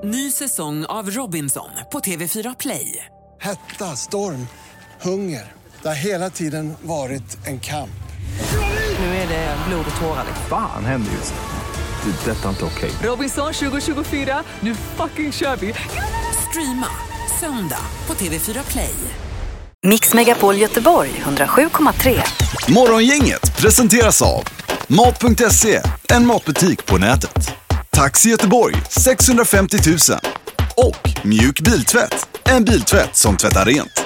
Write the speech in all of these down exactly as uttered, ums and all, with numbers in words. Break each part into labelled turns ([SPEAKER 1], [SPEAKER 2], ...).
[SPEAKER 1] Ny säsong av Robinson på T V fyra Play.
[SPEAKER 2] Hetta, storm, hunger. Det har hela tiden varit en kamp.
[SPEAKER 1] Nu är det blod och tårar.
[SPEAKER 3] Fan händer just det. Det är detta inte okej.
[SPEAKER 1] Robinson tjugo tjugofyra, nu fucking kör vi. Streama söndag på T V fyra Play.
[SPEAKER 4] Mix Megapol Göteborg hundrasju komma tre.
[SPEAKER 5] Morgongänget presenteras av Mat punkt se, en matbutik på nätet. Taxi Göteborg sexhundrafemtio tusen. Och Mjuk Biltvätt, en biltvätt som tvättar rent.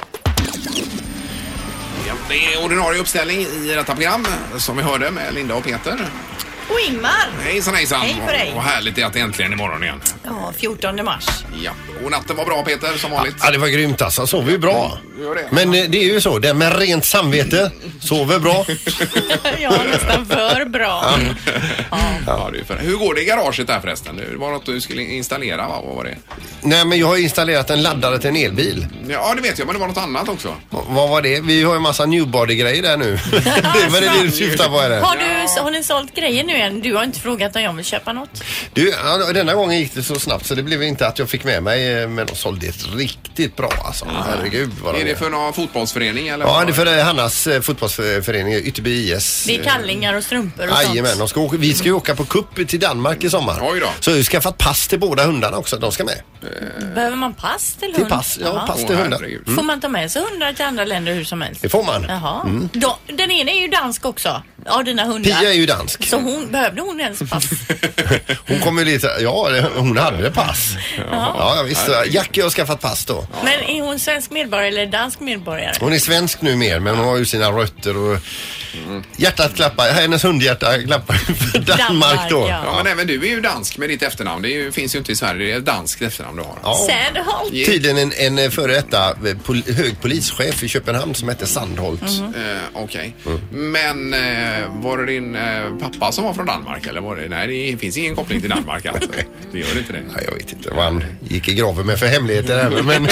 [SPEAKER 6] Ja, det är ordinarie uppställning i detta program som vi hörde med Linda och Peter.
[SPEAKER 7] Och Ingmar.
[SPEAKER 6] Hejsan hejsan.
[SPEAKER 7] Hej på dig.
[SPEAKER 6] Och härligt det att det äntligen är morgon igen.
[SPEAKER 7] Ja, fjortonde mars.
[SPEAKER 6] Ja, och natten var bra Peter som vanligt.
[SPEAKER 8] Ja, det var grymt alltså. Sover ju bra.
[SPEAKER 6] Gör det.
[SPEAKER 8] Men eh, det är ju så, den med rent samvete sover bra.
[SPEAKER 7] Ja, nästan för bra.
[SPEAKER 6] Ja. Ja, det är för... Hur går det i garaget där förresten? Det var något du skulle installera, va? Vad var det?
[SPEAKER 8] Nej, men jag har installerat en laddare till en elbil.
[SPEAKER 6] Ja, det vet jag, men det var något annat också.
[SPEAKER 8] V- vad var det? Vi har ju en massa newbody-grejer där nu. Det var det det du syftar på, är det?
[SPEAKER 7] Har, du, har ni sålt grejer nu än? Du har inte frågat om jag vill köpa något.
[SPEAKER 8] Du, ja, denna gången gick det så snabbt så det blev inte att jag fick med mig, eh, men de sålde det riktigt bra alltså. Herregud vad de
[SPEAKER 6] Är det för någon fotbollsförening eller?
[SPEAKER 8] Ja, det är för Hannas eh, fotbollsförening, Ytterby I S.
[SPEAKER 7] Det är kallingar och strumpor och sånt.
[SPEAKER 8] Jajamän, de ska åka, vi ska ju åka på cup till Danmark i sommar.
[SPEAKER 6] Oj då.
[SPEAKER 8] Så jag har skaffat pass till båda hundarna också, de ska med.
[SPEAKER 7] Behöver man pass till
[SPEAKER 8] Till
[SPEAKER 7] hund?
[SPEAKER 8] pass, ja,
[SPEAKER 7] Jaha.
[SPEAKER 8] pass till
[SPEAKER 6] Åh,
[SPEAKER 8] hundar.
[SPEAKER 6] herregud.
[SPEAKER 7] Får man ta med sig hundar till andra länder hur som helst?
[SPEAKER 8] Det får man.
[SPEAKER 7] Jaha. Då, den ena är ju dansk också. Ja, dina hundar.
[SPEAKER 8] Pia är ju dansk.
[SPEAKER 7] Så hon, behövde hon ens pass?
[SPEAKER 8] Hon kommer ju lite, ja hon hade pass. Ja, ja visst. Jackie har skaffat pass då.
[SPEAKER 7] Men är hon svensk medborgare eller dansk medborgare?
[SPEAKER 8] Hon är svensk nu mer, men hon har ju sina rötter och hjärtat klappar, hennes hundhjärta klappar för Danmark,
[SPEAKER 7] Danmark,
[SPEAKER 8] då.
[SPEAKER 7] ja.
[SPEAKER 6] Ja, men även du är ju dansk med ditt efternamn. Det är ju, finns ju inte i Sverige, det är ett danskt efternamn du har.
[SPEAKER 8] Ja.
[SPEAKER 7] Sädholt.
[SPEAKER 8] Tydligen en, en före detta pol, hög polischef i Köpenhamn som heter Sandholt.
[SPEAKER 7] Mm.
[SPEAKER 6] Eh, Okej. Okay. Men eh, var det din eh, pappa som var från Danmark? Eller var det? Nej, det finns ingen koppling till Danmark alltså. Det gör det inte det.
[SPEAKER 8] Nej, jag vet inte vad han gick i graven med för hemligheter här, men...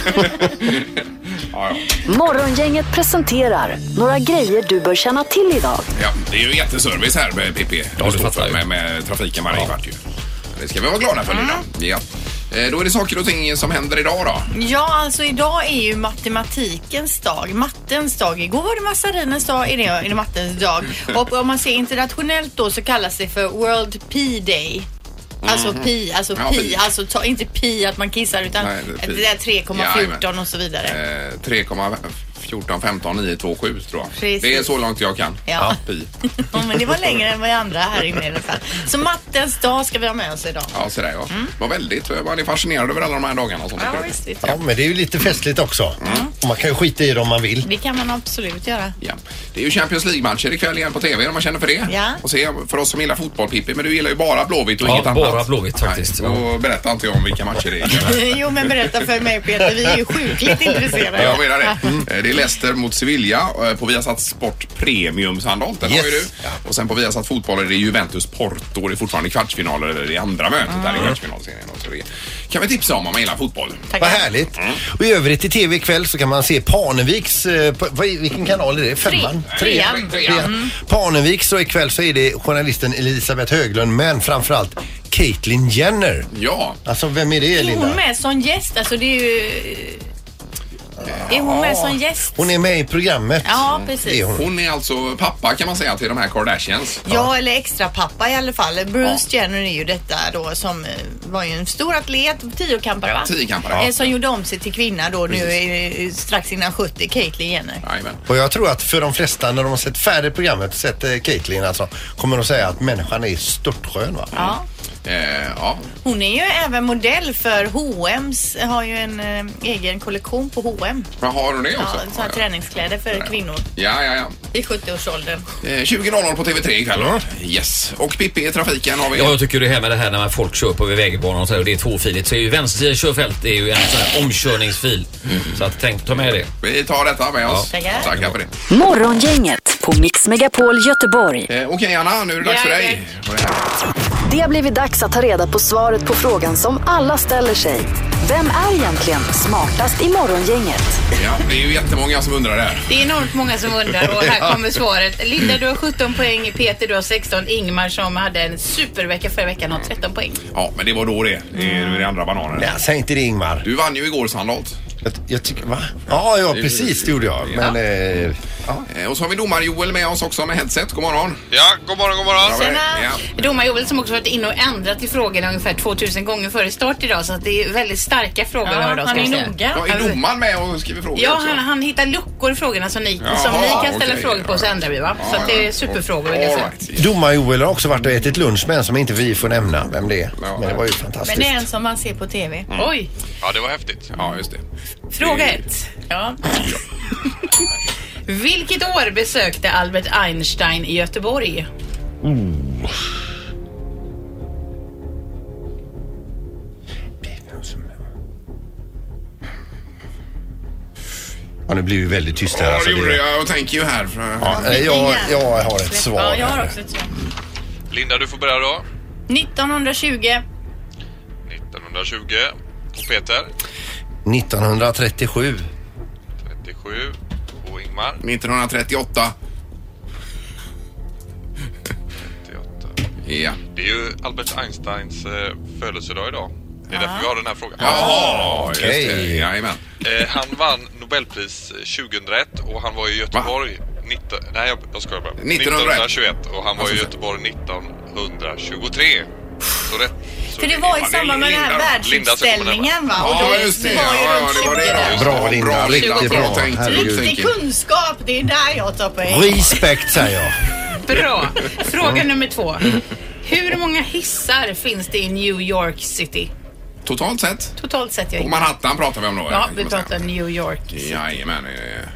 [SPEAKER 6] Ja, ja.
[SPEAKER 4] Morgongänget presenterar några grejer du bör känna till idag.
[SPEAKER 6] Ja, det är ju jätteservice här med P P.
[SPEAKER 9] Ja,
[SPEAKER 6] det
[SPEAKER 9] det
[SPEAKER 6] står
[SPEAKER 9] fattar
[SPEAKER 6] för
[SPEAKER 9] jag.
[SPEAKER 6] med, med trafiken varje kvart ju. Det ska vi vara glada för, Linda. Ja. Eh, Då är det saker och ting som händer idag då.
[SPEAKER 7] Ja, alltså idag är ju matematikens dag, mattens dag. Igår var det massarinens dag, är det, är det mattens dag. Och om man ser internationellt då så kallas det för World Pi Day. Alltså pi, alltså
[SPEAKER 6] Ja,
[SPEAKER 7] pi,
[SPEAKER 6] pi.
[SPEAKER 7] alltså ta, inte pi att man kissar utan
[SPEAKER 6] Nej, det är pi.
[SPEAKER 7] det där tre komma fjorton och så vidare.
[SPEAKER 6] Eh, tre komma fjorton femton nio två sju tror jag.
[SPEAKER 7] Precis.
[SPEAKER 6] Det är så långt jag kan.
[SPEAKER 7] Ja.
[SPEAKER 6] Pi.
[SPEAKER 7] Ja, men det var längre än vad andra här inne i alla fall. Så mattens dag ska vi ha med oss idag.
[SPEAKER 6] Ja, så där ja. Var väldigt, var ni fascinerade över alla de här dagarna och sånt?
[SPEAKER 7] Ja, visst, visst.
[SPEAKER 8] Ja, men det är ju lite festligt också. Och man kan ju skita i det om man vill.
[SPEAKER 7] Det kan man absolut göra.
[SPEAKER 6] Ja. Det är ju Champions League-matcher ikväll igen på T V om man känner för det.
[SPEAKER 7] Ja.
[SPEAKER 6] Och se för oss som gillar fotboll, Pippi, men du gillar ju bara Blåvitt och
[SPEAKER 9] Ja,
[SPEAKER 6] inget
[SPEAKER 9] bara
[SPEAKER 6] annat.
[SPEAKER 9] Blåvitt faktiskt.
[SPEAKER 6] Nej, och berätta inte om vilka matcher det är.
[SPEAKER 7] Jo, men berätta för mig Peter, vi är ju sjukligt intresserade.
[SPEAKER 6] Jag menar det. Det är Leicester mot Sevilla på Viasat Sport Premium Sandholt. Den
[SPEAKER 8] Yes.
[SPEAKER 6] har ju du. Och sen på Viasat Fotboll är det Juventus Porto. Det är fortfarande kvartsfinaler eller det andra mötet där i kvartsfinalserien. Och så det kan vi tipsa om om man gillar fotboll.
[SPEAKER 7] Tack.
[SPEAKER 8] Vad härligt. Och i övrigt i T V ikväll så kan man se Parneviks, eh, på, vad, vilken kanal är det? Femman?
[SPEAKER 7] Trean.
[SPEAKER 8] Trean. Parneviks, och ikväll så är det journalisten Elisabeth Höglund, men framförallt Caitlyn Jenner.
[SPEAKER 6] Ja.
[SPEAKER 8] Alltså vem är det,
[SPEAKER 7] Är
[SPEAKER 8] Linda?
[SPEAKER 7] hon med som gäst? Alltså det är ju... Är hon med som gäst?
[SPEAKER 8] Hon är med i programmet.
[SPEAKER 7] Ja, precis.
[SPEAKER 8] Det är hon.
[SPEAKER 6] Hon är alltså pappa kan man säga till de här Kardashians.
[SPEAKER 7] Ja, eller extra pappa i alla fall. Bruce Jenner är ju detta då som eh, var ju en stor atlet, tiokampare va?
[SPEAKER 6] Tiokampare.
[SPEAKER 7] Eh, Som gjorde om sig till kvinna då nu eh, strax innan sjuttio, Caitlyn Jenner.
[SPEAKER 6] Jajamän.
[SPEAKER 8] Och jag tror att för de flesta när de har sett färdigt programmet, sett eh, Caitlyn alltså, kommer de säga att människan är störtskön va?
[SPEAKER 7] Ja.
[SPEAKER 6] Eh, ja.
[SPEAKER 7] Hon är ju även modell för H och M's, har ju en eh, egen kollektion på H och M.
[SPEAKER 6] Men har hon det också?
[SPEAKER 7] Ja, sådana träningskläder för kvinnor
[SPEAKER 6] Ja, ja, ja.
[SPEAKER 7] i sjuttioårsåldern.
[SPEAKER 6] Eh, tjugo noll noll på T V tre ikväll. Yes. Och Pippi i trafiken har vi.
[SPEAKER 9] Ja, jag tycker det här med det här när folk kör på vägbanan och så här, och det är tvåfiligt, så är ju vänstersidan körfält är ju en sån här omkörningsfil. Så att tänk, ta med det.
[SPEAKER 6] Vi tar detta med oss.
[SPEAKER 7] Ja. Tackar.
[SPEAKER 6] Tackar för det.
[SPEAKER 4] Morgongänget på Mix Megapol Göteborg.
[SPEAKER 6] Eh, Okej Anna, nu är det dags för
[SPEAKER 7] Ja,
[SPEAKER 6] dig. Vad är det här?
[SPEAKER 4] Det har blivit dags att ta reda på svaret på frågan som alla ställer sig. Vem är egentligen smartast i morgongänget?
[SPEAKER 6] Ja, det är ju jättemånga som undrar det här.
[SPEAKER 7] Det är enormt många som undrar och här kommer svaret. Linda, du har sjutton poäng, Peter, du har sexton, Ingmar som hade en supervecka förra veckan har tretton poäng.
[SPEAKER 6] Ja, men det var då det. Det är mm. det andra bananen.
[SPEAKER 8] Nej, säg inte det, Ingmar.
[SPEAKER 6] Du vann ju igår, Sandholt.
[SPEAKER 8] Jag, jag tycker, va? Ja, ja, precis, det gjorde jag. Men,
[SPEAKER 6] ja.
[SPEAKER 8] eh, ja.
[SPEAKER 6] Och så har vi domar Joel med oss också med headset. God morgon.
[SPEAKER 10] Ja, god morgon, god morgon.
[SPEAKER 7] Tjena.
[SPEAKER 6] Ja.
[SPEAKER 7] Domar Joel som också varit inne och ändrat i frågorna ungefär tvåtusen gånger före start idag. Så att det är väldigt starka frågor
[SPEAKER 11] ja,
[SPEAKER 7] vi har idag.
[SPEAKER 11] Han är noga.
[SPEAKER 6] Ja, är domaren med och skriver frågor
[SPEAKER 7] Ja,
[SPEAKER 6] också?
[SPEAKER 7] han, han hittar luckor i frågorna som ni,
[SPEAKER 6] Jaha,
[SPEAKER 7] som ni kan ställa
[SPEAKER 6] okej,
[SPEAKER 7] frågor på
[SPEAKER 6] ja.
[SPEAKER 7] så ändrar vi, va?
[SPEAKER 6] Ja,
[SPEAKER 7] så att det är
[SPEAKER 6] ja.
[SPEAKER 7] superfrågor vill jag säga.
[SPEAKER 6] Right.
[SPEAKER 8] Domar Joel har också varit och ätit lunch med en som inte vi får nämna vem det är.
[SPEAKER 6] Ja.
[SPEAKER 8] Men det var ju
[SPEAKER 11] Men
[SPEAKER 8] fantastiskt.
[SPEAKER 11] det är en som man ser på tv.
[SPEAKER 7] Mm. Oj.
[SPEAKER 10] Ja, det var häftigt.
[SPEAKER 6] Ja, just det.
[SPEAKER 7] Fråga ett.
[SPEAKER 11] Ja.
[SPEAKER 7] Vilket år besökte Albert Einstein i Göteborg?
[SPEAKER 8] Oh. Ja, nu blir vi väldigt tyst här.
[SPEAKER 6] Ja,
[SPEAKER 8] Alltså,
[SPEAKER 6] det gjorde
[SPEAKER 8] det...
[SPEAKER 6] jag. Jag tänker ju här. För...
[SPEAKER 8] ja, jag, jag har ett svar.
[SPEAKER 11] Ja, jag har
[SPEAKER 8] här.
[SPEAKER 11] också ett svar.
[SPEAKER 10] Linda, du får börja då.
[SPEAKER 11] nittonhundratjugo.
[SPEAKER 10] nittonhundratjugo. Och Peter?
[SPEAKER 8] nittonhundratrettiosju.
[SPEAKER 10] trettiosju. Och Ingmar?
[SPEAKER 6] nittonhundratrettioåtta.
[SPEAKER 10] trettioåtta.
[SPEAKER 6] Ja.
[SPEAKER 10] Det är ju Albert Einsteins eh, födelsedag idag. Det är därför vi har den här frågan.
[SPEAKER 6] Jaha, just
[SPEAKER 8] okej.
[SPEAKER 6] det. Jajamän.
[SPEAKER 10] Eh, han vann Nobelpris tjugohundraett och han var i Göteborg nitton, nej jag, jag skojar bara. nittonhundratjugoett och han var i Göteborg nittonhundratjugotre. Så rätt. Så
[SPEAKER 11] För det var i
[SPEAKER 6] Ja, det är
[SPEAKER 11] samband med den här
[SPEAKER 6] Linda.
[SPEAKER 11] världsutställningen, va? Och
[SPEAKER 6] Ja,
[SPEAKER 11] då
[SPEAKER 6] just det.
[SPEAKER 11] var ju
[SPEAKER 6] Ja,
[SPEAKER 11] de
[SPEAKER 6] ja, det var det.
[SPEAKER 11] tjugo.
[SPEAKER 8] Bra, Linda. Riktigt bra.
[SPEAKER 6] tänkt.
[SPEAKER 8] Herregud.
[SPEAKER 11] Riktig kunskap, det är där jag tar poäng.
[SPEAKER 8] Respekt, säger jag.
[SPEAKER 7] Bra. Fråga nummer två. Hur många hissar finns det i New York City?
[SPEAKER 6] Totalt sett?
[SPEAKER 7] Totalt sett, jag
[SPEAKER 6] På Manhattan pratar vi om då?
[SPEAKER 7] Ja,
[SPEAKER 6] eller?
[SPEAKER 7] vi pratar New York City.
[SPEAKER 6] Jajamän. eh.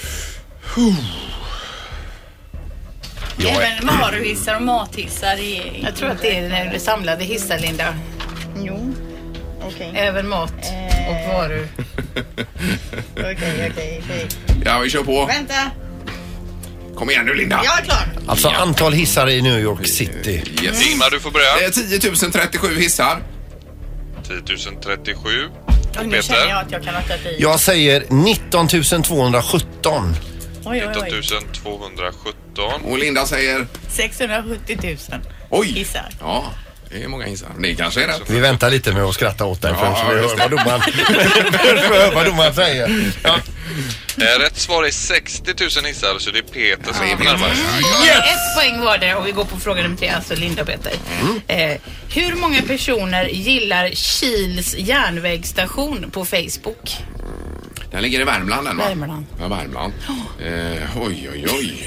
[SPEAKER 11] Även varuhissar och mathissar i...
[SPEAKER 7] Jag tror att det är när det samlade hissar, Linda.
[SPEAKER 11] Jo, okej.
[SPEAKER 7] Även mat och varor.
[SPEAKER 11] Okej, okej, okej.
[SPEAKER 6] Ja, vi kör på.
[SPEAKER 11] Vänta,
[SPEAKER 6] Kom igen nu, Linda.
[SPEAKER 11] jag är klar.
[SPEAKER 8] Alltså antal hissar i New York City.
[SPEAKER 6] Yes.
[SPEAKER 10] Ingmar, du får börja.
[SPEAKER 6] Eh, tio tusen trettiosju hissar.
[SPEAKER 10] tio tusen trettiosju.
[SPEAKER 11] Och nu känner jag att jag kan låta bli.
[SPEAKER 8] Jag säger nitton tusen tvåhundrasjutton.
[SPEAKER 11] Oj, oj,
[SPEAKER 10] nitton
[SPEAKER 11] oj.
[SPEAKER 10] tusen tvåhundrasjutton.
[SPEAKER 6] Och Linda säger...
[SPEAKER 11] sexhundrasjuttio tusen.
[SPEAKER 6] Oj!
[SPEAKER 11] Hissar.
[SPEAKER 6] Ja, det är många hissar. Det kanske är rätt.
[SPEAKER 8] Vi väntar lite med att skratta åt dig
[SPEAKER 6] Ja,
[SPEAKER 8] förrän vi
[SPEAKER 6] just
[SPEAKER 8] hör vad domaren, hör vad domaren säger. Ja.
[SPEAKER 10] Eh, rätt svar är sextio tusen hissar, så det är Peter som
[SPEAKER 6] Ja,
[SPEAKER 10] kommer närmast.
[SPEAKER 7] Yes! Ett poäng var det och vi går på fråga nummer tre, alltså Linda och Peter.
[SPEAKER 6] Mm.
[SPEAKER 7] Eh, hur många personer gillar Kils järnvägsstation på Facebook?
[SPEAKER 6] Den ligger i Värmland, den va?
[SPEAKER 7] Värmland.
[SPEAKER 6] Ja, Värmland. Eh, oj, oj, oj.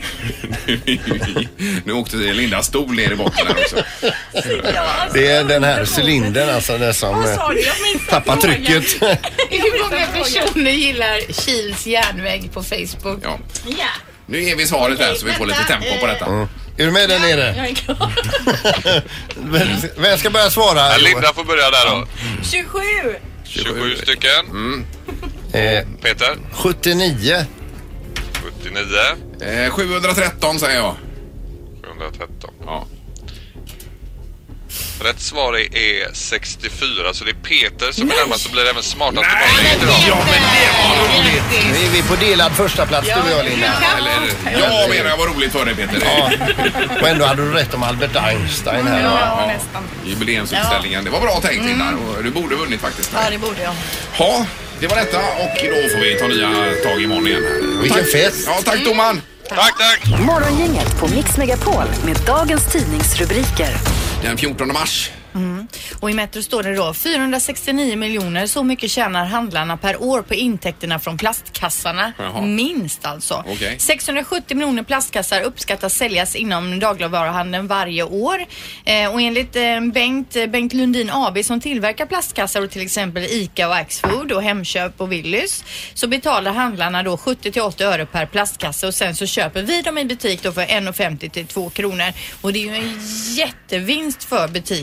[SPEAKER 6] Nu åkte Lindas stol ner i botten här också.
[SPEAKER 8] Det är den här cylindern alltså, det som
[SPEAKER 11] Vad sa du? Jag minns
[SPEAKER 8] eh, tappar
[SPEAKER 11] frågan.
[SPEAKER 8] trycket.
[SPEAKER 7] Hur många personer gillar Kils järnväg på Facebook?
[SPEAKER 6] Ja.
[SPEAKER 11] Ja.
[SPEAKER 6] Nu ger vi svaret här så vi får lite tempo på detta.
[SPEAKER 8] Mm. Är du med där nere?
[SPEAKER 11] Jag är klar.
[SPEAKER 8] Vem ska börja svara?
[SPEAKER 10] Ja, Linda får börja där då.
[SPEAKER 11] tjugosju.
[SPEAKER 10] tjugosju stycken.
[SPEAKER 6] Mm.
[SPEAKER 8] Eh,
[SPEAKER 10] Peter?
[SPEAKER 8] sjuttionio.
[SPEAKER 10] sjuttionio.
[SPEAKER 6] Eh, sjuhundratretton säger jag.
[SPEAKER 10] sjuhundratretton.
[SPEAKER 6] Ja.
[SPEAKER 10] Rätt svar är sextiofyra, så det är Peter som är närmast, så blir det även smartast
[SPEAKER 6] Nej,
[SPEAKER 10] tillbaka idag.
[SPEAKER 6] ja, men det var roligt.
[SPEAKER 8] Nu är vi på delad första plats, du och jag, Linda.
[SPEAKER 6] Eller, jag menar jag var roligt för dig, Peter.
[SPEAKER 8] Ja. Och ändå hade du rätt om Albert Einstein här.
[SPEAKER 11] Ja, nästan.
[SPEAKER 6] Jubileumsutställningen. Det var bra tänkt, Linda. Och du borde vunnit faktiskt.
[SPEAKER 11] Ja, det borde jag.
[SPEAKER 6] Ja, det var detta och då får vi ta nya tag imorgon igen. Här.
[SPEAKER 8] Vilken
[SPEAKER 6] Tack.
[SPEAKER 8] fest.
[SPEAKER 6] Ja, tack domaren.
[SPEAKER 10] Tack, tack!
[SPEAKER 4] Morgongänget på Mix Megapol med dagens tidningsrubriker.
[SPEAKER 6] Den fjortonde mars.
[SPEAKER 11] Mm. Och i Metro står det då fyrahundrasextionio miljoner, så mycket tjänar handlarna per år på intäkterna från plastkassarna.
[SPEAKER 6] Jaha.
[SPEAKER 11] Minst alltså.
[SPEAKER 6] Okej.
[SPEAKER 11] sexhundrasjuttio miljoner plastkassar uppskattas säljas inom dagligvaruhandeln varje år. Eh, och enligt eh, Bengt, Bengt Lundin A B som tillverkar plastkassar och till exempel ICA och Axfood och Hemköp och Willys, så betalar handlarna då sjuttio till åttio öre per plastkasse och sen så köper vi dem i butik då för en femtio till två kronor. Och det är ju en jättevinst för butikerna då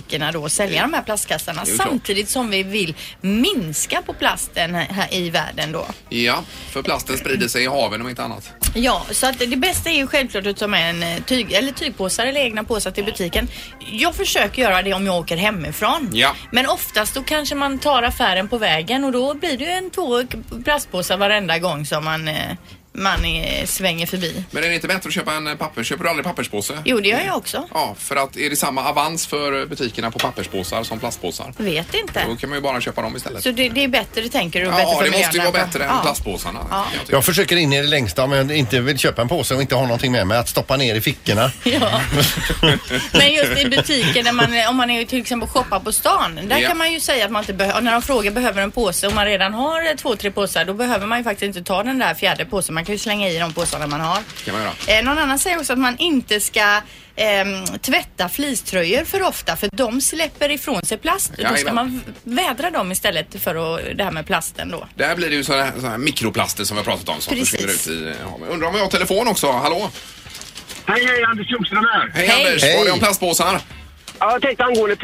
[SPEAKER 11] då sälja de här plastkassarna samtidigt som vi vill minska på plasten här i världen då.
[SPEAKER 6] Ja, för plasten sprider sig i haven om inte annat.
[SPEAKER 11] Ja, så att det bästa är ju självklart att ta med en tyg, eller tygpåsar eller egna påsar till butiken. Jag försöker göra det om jag åker hemifrån.
[SPEAKER 6] Ja.
[SPEAKER 11] Men oftast då kanske man tar affären på vägen och då blir det ju en två plastpåsar varenda gång som man... Eh, man är, svänger förbi.
[SPEAKER 6] Men är det inte bättre att köpa en papper? Köper du aldrig papperspåse?
[SPEAKER 11] Jo, det gör jag också.
[SPEAKER 6] Ja, för att är det samma avans för butikerna på papperspåsar som plastpåsar?
[SPEAKER 11] Vet inte.
[SPEAKER 6] Då kan man ju bara köpa dem istället.
[SPEAKER 11] Så det, det är bättre, tänker du?
[SPEAKER 6] Ja,
[SPEAKER 11] bättre för
[SPEAKER 6] det måste ju vara bättre än
[SPEAKER 11] ja.
[SPEAKER 6] plastpåsarna.
[SPEAKER 11] Ja.
[SPEAKER 8] Jag, jag försöker in i det längsta om jag inte vill köpa en påse och inte ha någonting med mig att stoppa ner i fickorna.
[SPEAKER 11] Ja. Men just i butiken, när man, om man är till exempel shoppar på stan, där ja. kan man ju säga att man inte behöver, när de frågar behöver en påse och man redan har två, tre påsar, då behöver man ju faktiskt inte ta den där fjärde påsen. Man kan ju slänga i de påsarna man har.
[SPEAKER 6] Kan man göra.
[SPEAKER 11] Eh, någon annan säger också att man inte ska eh, tvätta fleecetröjor för ofta, för de släpper ifrån sig plast. Ja, då ska ja. man vädra dem istället för att, det här med plasten då.
[SPEAKER 6] Där blir det ju sådana här, sådana här mikroplaster som vi har pratat om som
[SPEAKER 11] Precis.
[SPEAKER 6] försvinner ut i... Ja, undrar om vi har telefon också. Hallå?
[SPEAKER 12] Hej, hej, Anders Ljungström här.
[SPEAKER 6] Hej, hej Anders,
[SPEAKER 8] hej.
[SPEAKER 6] Var det om plastpåsar?
[SPEAKER 12] Ja, jag tänkte angående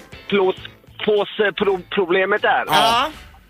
[SPEAKER 12] plastpåsproblemet där.
[SPEAKER 11] Ja.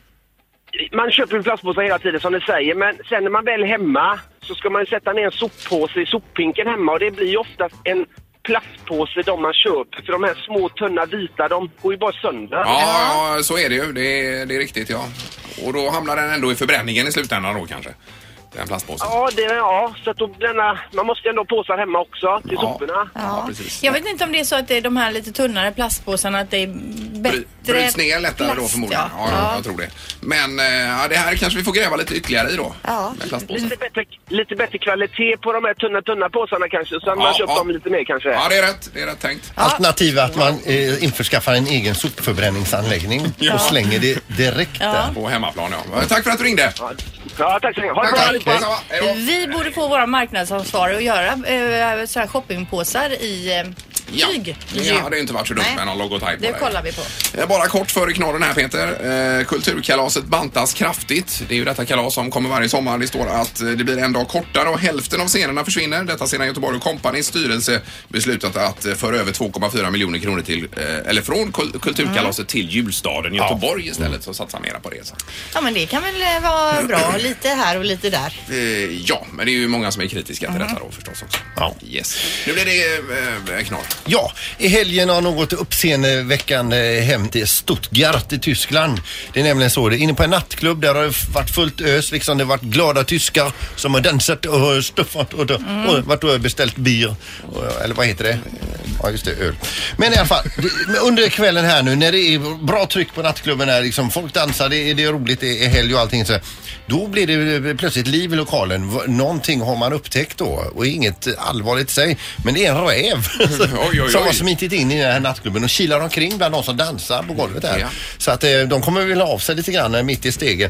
[SPEAKER 12] Man köper en plastpåse hela tiden som ni säger, men sen när man väl är hemma så ska man sätta ner en soppåse i soppinken hemma och det blir ju ofta en plastpåse de man köper, för de här små tunna vita, de går ju bara sönder.
[SPEAKER 6] Ja, ja så är det ju, det är, det är riktigt, ja. Och då hamnar den ändå i förbränningen i slutändan då kanske? Den plastpåsen.
[SPEAKER 12] Ja, det är ja. Så att då, denna, man måste ändå ha påsar hemma också till
[SPEAKER 6] ja.
[SPEAKER 12] soporna.
[SPEAKER 11] Ja.
[SPEAKER 6] Ja, precis.
[SPEAKER 11] Jag vet inte om det är så att det är de här lite tunnare plastpåsarna, att det är bättre...
[SPEAKER 6] Bryts ner lättare
[SPEAKER 11] plast,
[SPEAKER 6] då förmodligen. Ja, ja,
[SPEAKER 11] ja.
[SPEAKER 6] jag tror det. Men ja, det här kanske vi får gräva lite ytterligare i då.
[SPEAKER 11] Ja.
[SPEAKER 6] Med plastpåsen.
[SPEAKER 12] Lite bättre, lite bättre kvalitet på de här tunna, tunna påsarna kanske. Så ja, man köper
[SPEAKER 6] ja.
[SPEAKER 12] dem lite mer kanske.
[SPEAKER 6] Ja, det är rätt. Det är rätt tänkt.
[SPEAKER 8] Ja. Alternativ att man eh, införskaffar en egen sopförbränningsanläggning
[SPEAKER 6] ja.
[SPEAKER 8] och slänger det direkt
[SPEAKER 11] ja.
[SPEAKER 8] där.
[SPEAKER 6] På hemmaplan, ja. Tack för att du ringde.
[SPEAKER 12] Ja, ja tack så mycket. Ha det
[SPEAKER 6] tack,
[SPEAKER 12] bra.
[SPEAKER 6] tack. Hej då.
[SPEAKER 11] Vi borde få våra marknadsansvariga att göra äh, så här shoppingpåsar i äh,
[SPEAKER 6] Ja.
[SPEAKER 11] tyg.
[SPEAKER 6] Ja, det har inte varit så dumt
[SPEAKER 11] Nej.
[SPEAKER 6] med någon logotyp.
[SPEAKER 11] Det kollar vi på.
[SPEAKER 6] Bara kort före knorren här Peter. Eh, kulturkalaset bantas kraftigt. Det är ju detta kalas som kommer varje sommar. Det står att det blir en dag kortare och hälften av scenerna försvinner. Detta sedan Göteborg och Companys styrelse beslutat att föra över två komma fyra miljoner kronor till, eh, eller från kul- kulturkalaset mm. till julstaden Göteborg ja. istället, så satsar mera på det. Så.
[SPEAKER 11] Ja, men det kan väl vara bra. Lite här och lite där.
[SPEAKER 6] Eh, ja, men det är ju många som är kritiska till mm. detta då förstås också. Ja. Yes. Nu blir det eh, knorr.
[SPEAKER 8] Ja, i helgen har något uppseendeväckande hänt i Stuttgart i Tyskland. Det är nämligen så, det är inne på en nattklubb där har det varit fullt ös, liksom det har varit glada tyskar som har dansat och stuffat och, mm. och varit och beställt bier, eller vad heter det? Ja, just det, öl. Men i alla fall, det, under kvällen här nu när det är bra tryck på nattklubben här, liksom folk dansar, det är, det är roligt, det är helg och allting så. Då blir det plötsligt liv i lokalen. Någonting har man upptäckt då och inget allvarligt i sig, men det är en räv
[SPEAKER 6] oj, oj, oj.
[SPEAKER 8] som har smitit in i den här nattklubben och kilar omkring bland de som dansar på golvet där. Ja. Så att eh, de kommer väl av sig lite grann mitt i stegen.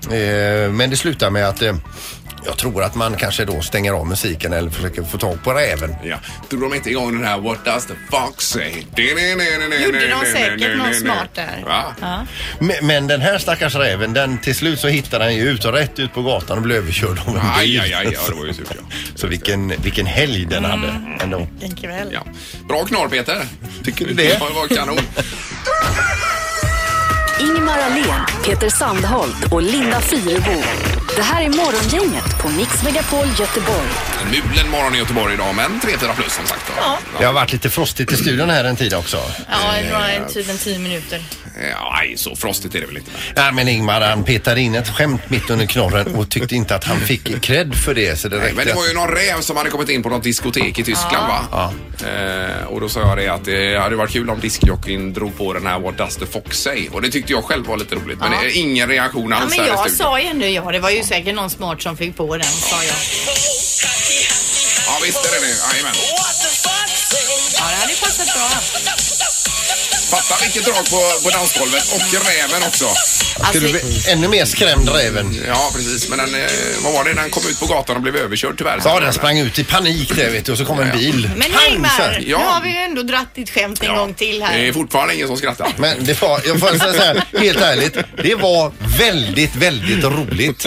[SPEAKER 8] Eh, men det slutar med att eh, jag tror att man kanske då stänger av musiken eller försöker få tag på räven.
[SPEAKER 6] Ja. Tror de inte igång den här What does the fox say?
[SPEAKER 11] Gjorde de säkert något smart där.
[SPEAKER 6] Ja.
[SPEAKER 8] Men, men den här stackars räven, den till slut så hittar den ju ut och rätt ut på gatan och blev överkörd av en bil.
[SPEAKER 6] Aj, aj, aj, ja, det var ju surt, ja.
[SPEAKER 8] Så vilken, vilken helg den
[SPEAKER 11] mm.
[SPEAKER 8] hade ändå.
[SPEAKER 11] En kväll.
[SPEAKER 6] Ja. Bra knorr, Peter.
[SPEAKER 8] Tycker du det?
[SPEAKER 6] Det var kanon.
[SPEAKER 4] Ingemar Ahlén, Peter Sandholt och Linda Fyrebo. Det här är Morgongänget på Mix Megapol Göteborg.
[SPEAKER 6] Mulen morgon i Göteborg idag, men tre fyra plus som sagt. Då.
[SPEAKER 11] Ja.
[SPEAKER 8] Det har varit lite frostigt i studion här en tid också.
[SPEAKER 11] Ja, det var en typ en tio minuter.
[SPEAKER 6] Ja, nej, så frostigt är det väl inte.
[SPEAKER 8] Nej, men Ingmar, han petade in ett skämt mitt under knorren och tyckte inte att han fick cred för det. Så det
[SPEAKER 6] nej, men det var ju någon räv som hade kommit in på något diskotek i Tyskland, ja. va? Ja. Eh, och då sa jag det att det hade varit kul om diskjockeyn drog på den här What does the fox say? Och det tyckte jag själv var lite roligt. Men ja. det är ingen reaktion alls
[SPEAKER 11] ja, men
[SPEAKER 6] här
[SPEAKER 11] jag
[SPEAKER 6] i studion.
[SPEAKER 11] sa ju ändå, ja, det var ju säkert någon smart som fick på den, sa jag.
[SPEAKER 6] Ja, visst är det det. Jajamän.
[SPEAKER 11] Ja, det hade passat bra.
[SPEAKER 6] Fatta vilket drag på, på dansgolvet och räven också.
[SPEAKER 8] Skulle du bli ännu mer skrämd räven?
[SPEAKER 6] Ja, precis. Men den, vad var det? Den kom ut på gatan och blev överkörd tyvärr.
[SPEAKER 8] Ja, den sprang ut i panik där, vet du, och så kom en bil.
[SPEAKER 11] Men Ingmar, ja. nu har vi ju ändå dratt ditt skämt en ja. gång till här.
[SPEAKER 6] Det är fortfarande ingen som skrattar.
[SPEAKER 8] Men det var, jag får säga så här, helt ärligt, det var väldigt, väldigt roligt.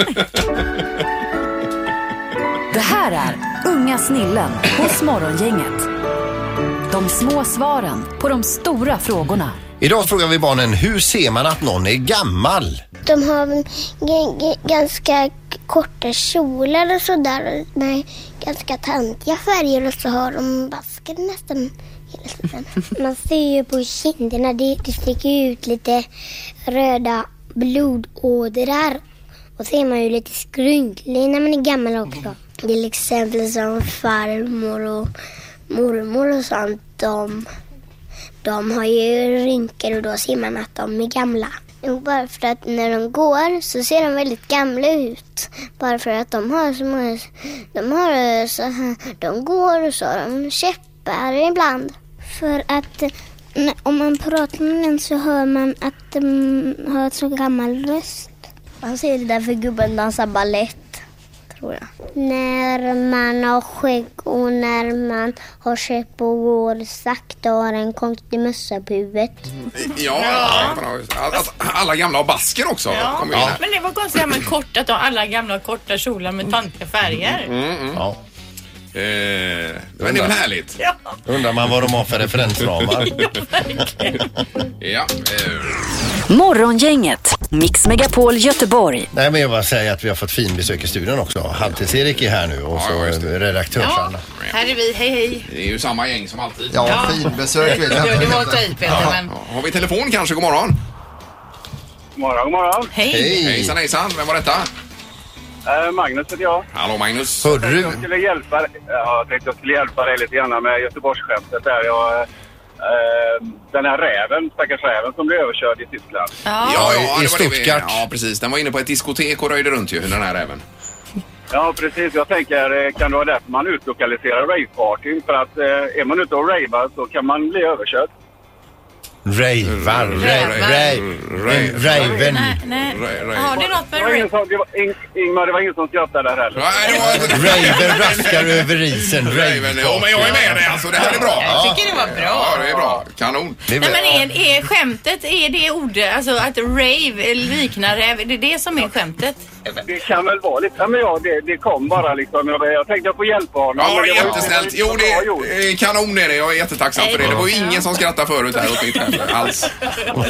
[SPEAKER 4] Det här är Unga snillen hos Morgongänget. De små svaren på de stora frågorna.
[SPEAKER 8] Idag frågar vi barnen, hur ser man att någon är gammal?
[SPEAKER 13] De har g- g- ganska korta kjolar och sådär med ganska tantiga färger och så har de basker nästan hela tiden. Man ser ju på kinderna, det, det sticker ut lite röda blodådrar och så är man ju lite skrynklig när man är gammal också. Till exempel som farmor och mormor och sånt, de... De har ju rynkor och då ser man att de är gamla. Och bara för att när de går så ser de väldigt gamla ut. Bara för att de har så många... De har så här... De går och så de käppar ibland. För att om man pratar med den så hör man att de har så gammal röst. Man ser det där för gubben dansar ballett. Tror jag. När man har skägg och när man har käpp och går sakta och har en konstig mössa på huvudet.
[SPEAKER 6] Ja, ja. Att alla gamla har basker också.
[SPEAKER 11] Ja.
[SPEAKER 6] Kommer in här.
[SPEAKER 11] Men det var konstigt med kort att alla gamla har korta kjolar med tantiga färger.
[SPEAKER 6] Mm, mm. Ja. Eh, men det är väl härligt.
[SPEAKER 11] Ja.
[SPEAKER 8] Undrar man vad de har för referensramar.
[SPEAKER 11] Ja, verkligen.
[SPEAKER 6] Ja. Eh.
[SPEAKER 4] Morgongänget, Mix Megapol Göteborg.
[SPEAKER 8] Nej, men jag bara säga att vi har fått fin besök i studion också. Halvtids-Erik är här nu och så
[SPEAKER 6] ja,
[SPEAKER 8] redaktörs-Anna.
[SPEAKER 11] Ja, här är vi, hej hej.
[SPEAKER 6] Det är ju samma gäng som alltid.
[SPEAKER 14] Ja, ja. Fin besök vill jag.
[SPEAKER 11] Det var att ta i, Peter,
[SPEAKER 6] ja.
[SPEAKER 11] men...
[SPEAKER 6] Har vi telefon kanske? God morgon.
[SPEAKER 12] God morgon, god morgon.
[SPEAKER 11] Hej.
[SPEAKER 8] Hej.
[SPEAKER 6] Hejsan, hejsan. Vem var detta?
[SPEAKER 12] Uh, Magnus heter jag.
[SPEAKER 6] Hallå Magnus.
[SPEAKER 8] Hörde du?
[SPEAKER 12] Jag skulle hjälpa, jag tänkte jag skulle hjälpa dig lite grann med Göteborgsskämtet där. Jag, uh, den här räven, stackars räven som blev överkörd i Tyskland.
[SPEAKER 11] Ja,
[SPEAKER 6] Ja,
[SPEAKER 8] i-
[SPEAKER 6] ja,
[SPEAKER 8] i
[SPEAKER 6] det var det vi-
[SPEAKER 8] Stuttgart.
[SPEAKER 6] Ja, precis. Den var inne på ett diskotek och röjde runt ju, den här även.
[SPEAKER 12] Ja, precis. Jag tänker, kan det vara därför man utlokaliserar ravepartyn? För att eh, är man ute och ravar så kan man bli överkörd.
[SPEAKER 8] Ravar,
[SPEAKER 11] Rävar.
[SPEAKER 8] Raven.
[SPEAKER 11] Nej, nej. Har det något med
[SPEAKER 12] Det var ingen
[SPEAKER 11] rave?
[SPEAKER 12] som, det var, Ing, Ingmar, det var ingen som skrattade där heller.
[SPEAKER 6] Nej, det var...
[SPEAKER 8] Raven raskar över isen.
[SPEAKER 6] Raven. Ja, men jag är med dig alltså. Det här är bra.
[SPEAKER 11] Jag tycker det var bra.
[SPEAKER 6] Ja, det är bra. Kanon.
[SPEAKER 8] Det är
[SPEAKER 11] Nej,
[SPEAKER 8] väl-
[SPEAKER 11] men är, är skämtet, är det ordet, alltså att rave liknar räv, är det det som är skämtet?
[SPEAKER 12] Det kan väl vara lite, ja men ja, det, det kom bara liksom. Jag, jag tänkte jag får hjälpa honom.
[SPEAKER 6] Ja,
[SPEAKER 12] men
[SPEAKER 6] det är
[SPEAKER 12] var-
[SPEAKER 6] jättesnällt.
[SPEAKER 12] var
[SPEAKER 6] Jo,
[SPEAKER 12] så bra gjort.
[SPEAKER 6] det är kanon är det. Jag är jättetacksam för det. Det var ju ingen som skrattade förut här åt mitt hem alls.
[SPEAKER 12] Ja,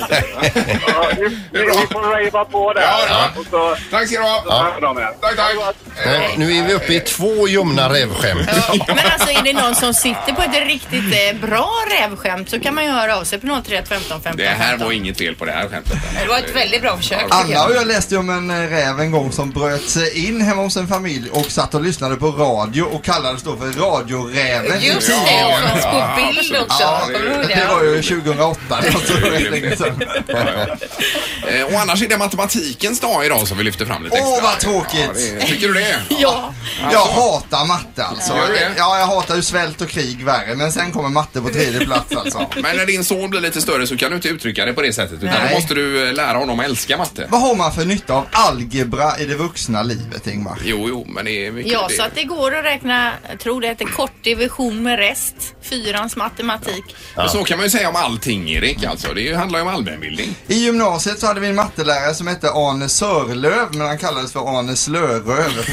[SPEAKER 12] vi, vi, vi får rava på där.
[SPEAKER 6] Ja, ja.
[SPEAKER 12] Och så,
[SPEAKER 6] Tack ska du ha.
[SPEAKER 12] ja.
[SPEAKER 6] Tack, tack.
[SPEAKER 8] Nej, nu är vi uppe i två ljumna rävskämt.
[SPEAKER 11] Men alltså är det någon som sitter på ett riktigt eh, bra rävskämt så kan man ju höra av sig på noll tre ett femton femton.
[SPEAKER 6] Det här var inget fel på det här skämtet.
[SPEAKER 11] Det var ett väldigt bra försök.
[SPEAKER 14] Anna och jag läste ju om en eh, räv en gång som bröt sig in hemma hos en familj och satt och lyssnade på radio och kallades då för radioräven.
[SPEAKER 11] Just
[SPEAKER 6] Ja,
[SPEAKER 11] det,
[SPEAKER 6] ja,
[SPEAKER 11] och fanns
[SPEAKER 6] ja.
[SPEAKER 11] på bild också.
[SPEAKER 14] Ja,
[SPEAKER 11] Kommer du ihåg
[SPEAKER 14] det var ju tjugohundraåtta. Det var så väldigt länge sedan.
[SPEAKER 6] Eh, Och annars är det matematikens dag idag som vi lyfter fram lite extra.
[SPEAKER 14] Åh, vad tråkigt.
[SPEAKER 6] Ja, det, tycker du det?
[SPEAKER 11] Ja.
[SPEAKER 14] Jag hatar matte alltså.
[SPEAKER 6] Gör du det?
[SPEAKER 14] Ja, jag hatar ju svält och krig värre. Men sen kommer matte på tredje plats alltså.
[SPEAKER 6] Men när din son blir lite större så kan du inte uttrycka det på det sättet. Utan
[SPEAKER 14] Nej.
[SPEAKER 6] då måste du eh, lära honom att älska matte.
[SPEAKER 14] Vad har man för nytta av algebra i det vuxna livet, Ingmar?
[SPEAKER 6] Jo, jo, men det är mycket...
[SPEAKER 11] Ja,
[SPEAKER 6] det...
[SPEAKER 11] så att det går att räkna, jag tror det heter kort division med rest. Fyrans matematik.
[SPEAKER 6] Men så kan man ju säga om allting, Erik. Alltså. Det handlar ju om allmänbildning.
[SPEAKER 14] I gymnasiet så hade vi en mattelärare som hette Arne Sörlöv, men han kallades för Arne Slöröv.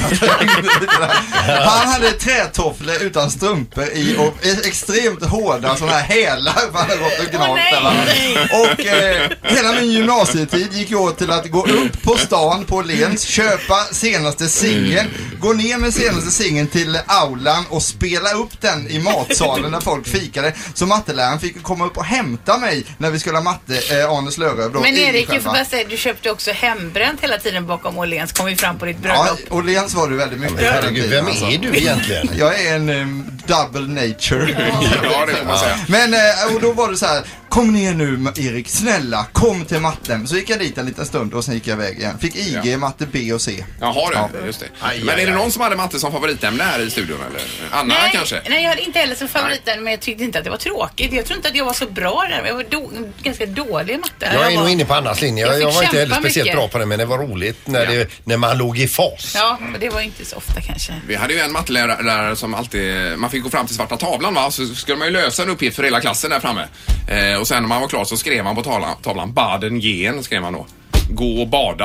[SPEAKER 14] Han hade trätofflor utan strumpor i och extremt hårda sådana här hälar. Han hade gått och gnagt där, va? Och eh, hela min gymnasietid gick jag åt till att gå upp på stan på Lens, köpa senaste singeln, gå ner med senaste singeln till aulan och spela upp den i matsalen när folk fikade. Så matteläraren fick komma upp och hämta mig när vi skulle ha matte, eh, Arne Slöröv då.
[SPEAKER 11] Men
[SPEAKER 14] i
[SPEAKER 11] Erik, jag
[SPEAKER 14] själva-
[SPEAKER 11] får bara säga, du köpte också hembränt hela tiden bakom Åhléns, kom vi fram på ditt bröllop.
[SPEAKER 14] Ja, Åhléns var det väldigt mycket.
[SPEAKER 8] Men herregud, vem är du egentligen?
[SPEAKER 14] Jag är en um, double nature.
[SPEAKER 6] Ja, det får man säga.
[SPEAKER 14] Men, eh, och då var det så här: kom ner nu Erik, snälla, kom till matten. Så gick jag dit en liten stund och sen gick jag iväg igen. Fick I G,
[SPEAKER 6] Ja.
[SPEAKER 14] matte B och C.
[SPEAKER 6] Jaha,
[SPEAKER 14] Ja.
[SPEAKER 6] du. Just det.
[SPEAKER 8] Aj,
[SPEAKER 6] Men
[SPEAKER 8] aj,
[SPEAKER 6] är det
[SPEAKER 8] aj.
[SPEAKER 6] någon som hade matte som favoritämne här i studion? Eller? Anna
[SPEAKER 11] Nej,
[SPEAKER 6] kanske?
[SPEAKER 11] nej, jag hade inte heller som favoriten, men jag tyckte inte att det var tråkigt. Jag tror inte att jag var så bra där. Jag var do, ganska dålig i matte.
[SPEAKER 8] Jag är
[SPEAKER 11] var,
[SPEAKER 8] nog inne på Annas linje.
[SPEAKER 11] Jag
[SPEAKER 8] Jag,
[SPEAKER 11] fick
[SPEAKER 8] jag var inte
[SPEAKER 11] kämpa
[SPEAKER 8] heller speciellt
[SPEAKER 11] mycket.
[SPEAKER 8] bra på det, men det var roligt när,
[SPEAKER 6] Ja.
[SPEAKER 8] det, när man låg i fas.
[SPEAKER 11] Ja, men det var inte så ofta kanske.
[SPEAKER 6] Vi hade ju en mattelärare som alltid, man fick gå fram till svarta tavlan, va? Så skulle man ju lösa en uppgift för hela klassen där framme. Eh, och sen när man var klar så skrev man på tavlan, tavlan Baden gen skrev man då. Gå och bada.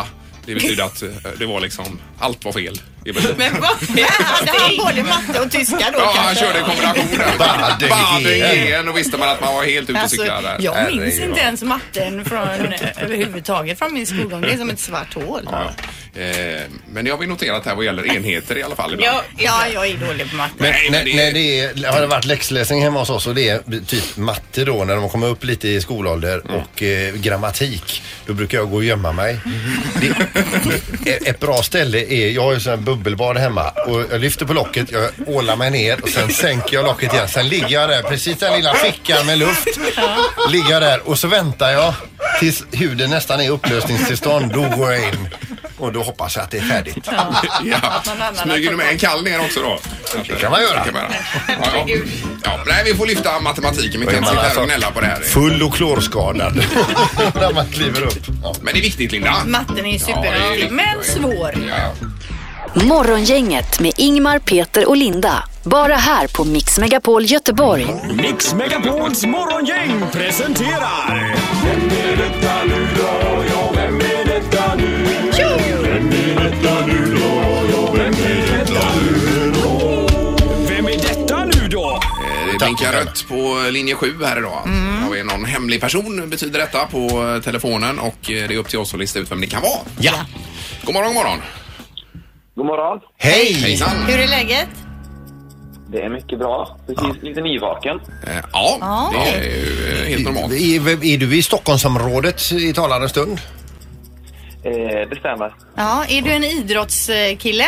[SPEAKER 6] Det betyder att eh, det var liksom, allt var fel.
[SPEAKER 7] Men vad? Hade han både matte och tyska då?
[SPEAKER 6] Ja,
[SPEAKER 7] kanske?
[SPEAKER 6] han körde kombinationen. Baden-G. Och visste man att man var helt ute och
[SPEAKER 7] Alltså,
[SPEAKER 6] cyklade där.
[SPEAKER 7] jag minns inte ens matten från, överhuvudtaget från min skolgång. Det är som ett svart hål.
[SPEAKER 6] Ja. Eh, men det har vi noterat här vad gäller enheter i alla fall ibland.
[SPEAKER 7] Ja, ja jag är dålig på matte.
[SPEAKER 8] Men
[SPEAKER 6] Nej,
[SPEAKER 8] när,
[SPEAKER 6] men det-
[SPEAKER 8] när det är, har det varit läxläsning hemma hos oss och det är typ matte då när de kommer upp lite i skolålder och eh, grammatik, då brukar jag gå och gömma mig. Det, ett bra ställe är, jag har ju sån här bubbelbad hemma och jag lyfter på locket, jag ålar mig ner och sen sänker jag locket igen. Sen ligger jag där, precis den lilla fickan med luft, ligger jag där och så väntar jag tills huden nästan är i upplösningstillstånd, då går jag in. Och då hoppas jag att det är färdigt.
[SPEAKER 6] Ja. Smyger du med en kall ner också då?
[SPEAKER 8] Det kan man göra.
[SPEAKER 6] Det kan man göra. Ja, ja. Ja, nej, vi får lyfta matematiken. Vi kan inte sitta här och gnälla på det här.
[SPEAKER 8] Full och klorskadad. När man kliver upp. Ja.
[SPEAKER 6] Men det är viktigt, Linda.
[SPEAKER 7] Matten är ju
[SPEAKER 6] Ja, det är
[SPEAKER 7] superviktig,
[SPEAKER 6] riktigt
[SPEAKER 7] men
[SPEAKER 6] bra.
[SPEAKER 7] svår.
[SPEAKER 6] Ja.
[SPEAKER 4] Morgongänget med Ingmar, Peter och Linda. Bara här på Mix Megapol Göteborg.
[SPEAKER 15] Mix Megapols morgongäng presenterar... Vem är detta nu då? Ja, vem är detta nu? Vem är detta nu då? Ja, vem är detta nu då? Vem är detta nu då?
[SPEAKER 6] Eh, Det blinkar rött på linje sju här idag. Mm. Har vi någon hemlig person, betyder detta, på telefonen. Och eh, det är upp till oss att lista ut vem det kan vara.
[SPEAKER 8] Ja.
[SPEAKER 6] God morgon, god morgon.
[SPEAKER 16] God morgon.
[SPEAKER 8] Hej!
[SPEAKER 6] Hejsan.
[SPEAKER 7] Hur är läget?
[SPEAKER 16] Det är mycket bra. Precis lite nyvaken.
[SPEAKER 6] Eh, ja,
[SPEAKER 7] Ja.
[SPEAKER 6] det är ju eh, helt normalt.
[SPEAKER 8] Är, är du i Stockholmsområdet i talande stund?
[SPEAKER 16] Eh, det stämmer.
[SPEAKER 7] Ja, är du en idrottskille?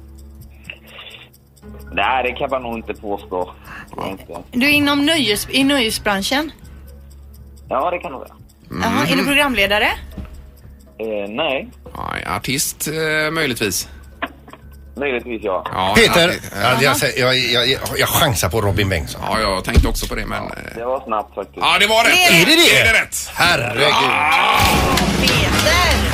[SPEAKER 16] Nej, det kan man nog inte påstå. Jag inte.
[SPEAKER 7] Du är inom nöjes, i nöjesbranschen?
[SPEAKER 16] Ja, det kan nog vara.
[SPEAKER 7] Jaha, är du programledare?
[SPEAKER 16] Eh, nej,
[SPEAKER 6] Ja, artist eh, möjligtvis.
[SPEAKER 16] möjligtvis ja.
[SPEAKER 6] Ja,
[SPEAKER 8] Peter,
[SPEAKER 6] artist, eh,
[SPEAKER 8] ja, jag, säger- jag, jag, jag, jag chansar på Robin Bengtsson.
[SPEAKER 6] Ja, jag tänkte också på det, men... eh,
[SPEAKER 16] Det var snabbt faktiskt.
[SPEAKER 6] Ja, det var rätt.
[SPEAKER 7] Är
[SPEAKER 8] det det?
[SPEAKER 6] Är det rätt?
[SPEAKER 8] Herregud.
[SPEAKER 7] Peter!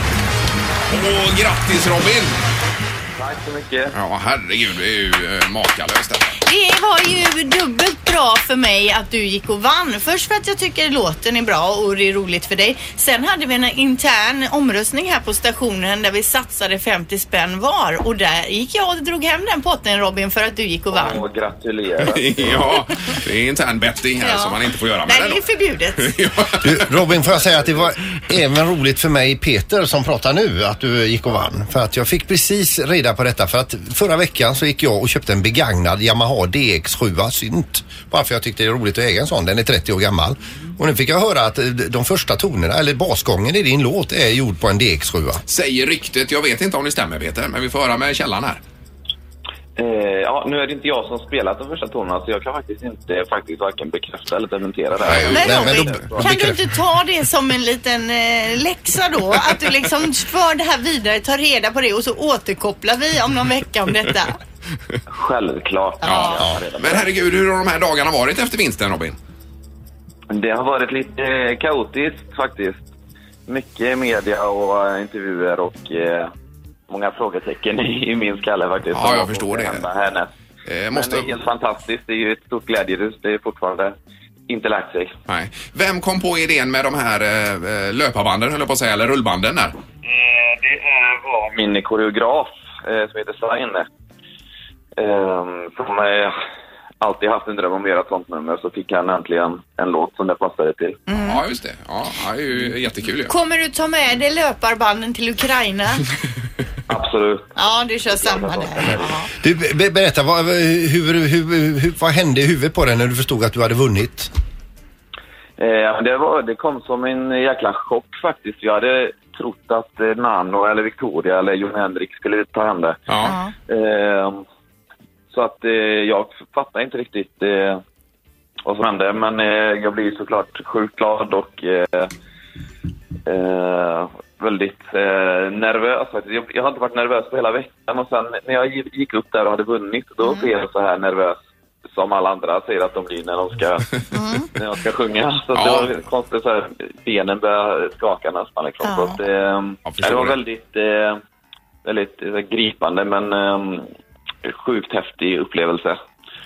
[SPEAKER 6] Och grattis, Robin.
[SPEAKER 16] Tack så mycket.
[SPEAKER 6] Ja, herregud, det är ju eh, makalöst detta.
[SPEAKER 7] Det var ju dubbelt bra för mig att du gick och vann. Först för att jag tycker låten är bra och det är roligt för dig. Sen hade vi en intern omröstning här på stationen där vi satsade femtio spänn var. Och där gick jag och drog hem den potten, Robin, för att du gick och vann.
[SPEAKER 16] Åh, gratulerar.
[SPEAKER 6] Ja, det är intern betting här
[SPEAKER 7] Ja.
[SPEAKER 6] som man inte får göra med
[SPEAKER 7] Nej,
[SPEAKER 6] det
[SPEAKER 7] det är
[SPEAKER 6] då.
[SPEAKER 7] förbjudet.
[SPEAKER 8] Du, Robin, får jag säga att det var även roligt för mig, Peter, som pratar nu, att du gick och vann. För att jag fick precis reda på detta. För att förra veckan så gick jag och köpte en begagnad Yamaha D X sju synt. Bara för jag tyckte det är roligt att äga en sån. Den är trettio år gammal. Och nu fick jag höra att de första tonerna, eller basgången i din låt, är gjord på en D X sju.
[SPEAKER 6] Säger ryktet, jag vet inte om det stämmer, Peter, men vi får höra med källan här.
[SPEAKER 16] Eh, ja, nu är det inte jag som spelat de första tonerna, så jag kan faktiskt inte faktiskt varken bekräfta eller dementera det här.
[SPEAKER 7] Men
[SPEAKER 8] Nej, men
[SPEAKER 7] Robin,
[SPEAKER 8] då-
[SPEAKER 7] kan du inte ta det som en liten eh, läxa då? Att du liksom för det här vidare, tar reda på det och så återkopplar vi om någon vecka om detta.
[SPEAKER 16] Självklart.
[SPEAKER 6] Ja. Men herregud, hur har de här dagarna varit efter vinsten, Robin?
[SPEAKER 16] Det har varit lite eh, kaotiskt faktiskt. Mycket media och eh, intervjuer och eh, många frågetecken i, i min skalle faktiskt.
[SPEAKER 6] Ja, jag
[SPEAKER 16] Vad
[SPEAKER 6] förstår
[SPEAKER 16] kommer
[SPEAKER 6] det.
[SPEAKER 16] hända härnäst.
[SPEAKER 6] Eh, måste...
[SPEAKER 16] Men det är helt fantastiskt. Det är ju ett stort glädjerus. Det är fortfarande inte lagt sig.
[SPEAKER 6] Nej. Vem kom på idén med de här eh, löparbanden, höll jag på att säga, eller rullbanden där?
[SPEAKER 16] Eh, det är, var min koreograf eh, som heter Svein. Eh, som eh, alltid haft en dröm om att göra ett sånt nummer, så fick han äntligen en låt som det passade till.
[SPEAKER 6] Mm. Ja, just det. Ja, det är ju jättekul. Ja.
[SPEAKER 7] Kommer du ta med dig löparbanden till Ukraina?
[SPEAKER 16] Absolut.
[SPEAKER 7] Ja, du kör samma där. Ja.
[SPEAKER 8] Du, be- berätta, vad, hur, hur, hur, vad hände i huvudet på dig när du förstod att du hade vunnit?
[SPEAKER 16] Eh, det, var, det kom som en jäkla chock faktiskt. Jag hade trott att eh, Nano eller Victoria eller Jon Henrik skulle ta hem det.
[SPEAKER 6] Ja.
[SPEAKER 16] Eh, så att eh, jag fattar inte riktigt eh, vad som hände. Men eh, jag blir såklart sjukt glad och eh, eh, väldigt eh, nervös. Jag, jag har inte varit nervös på hela veckan. Och sen när jag gick upp där och hade vunnit, då blev jag så här nervös som alla andra säger att de blir när de ska, när de ska sjunga. Så
[SPEAKER 6] Ja.
[SPEAKER 16] det var konstigt så här, benen började skaka nästan liksom.
[SPEAKER 7] Ja.
[SPEAKER 16] Så att, eh,
[SPEAKER 6] förstår
[SPEAKER 16] det var
[SPEAKER 6] det.
[SPEAKER 16] väldigt, eh, väldigt eh, gripande, men eh, sjukt häftig upplevelse.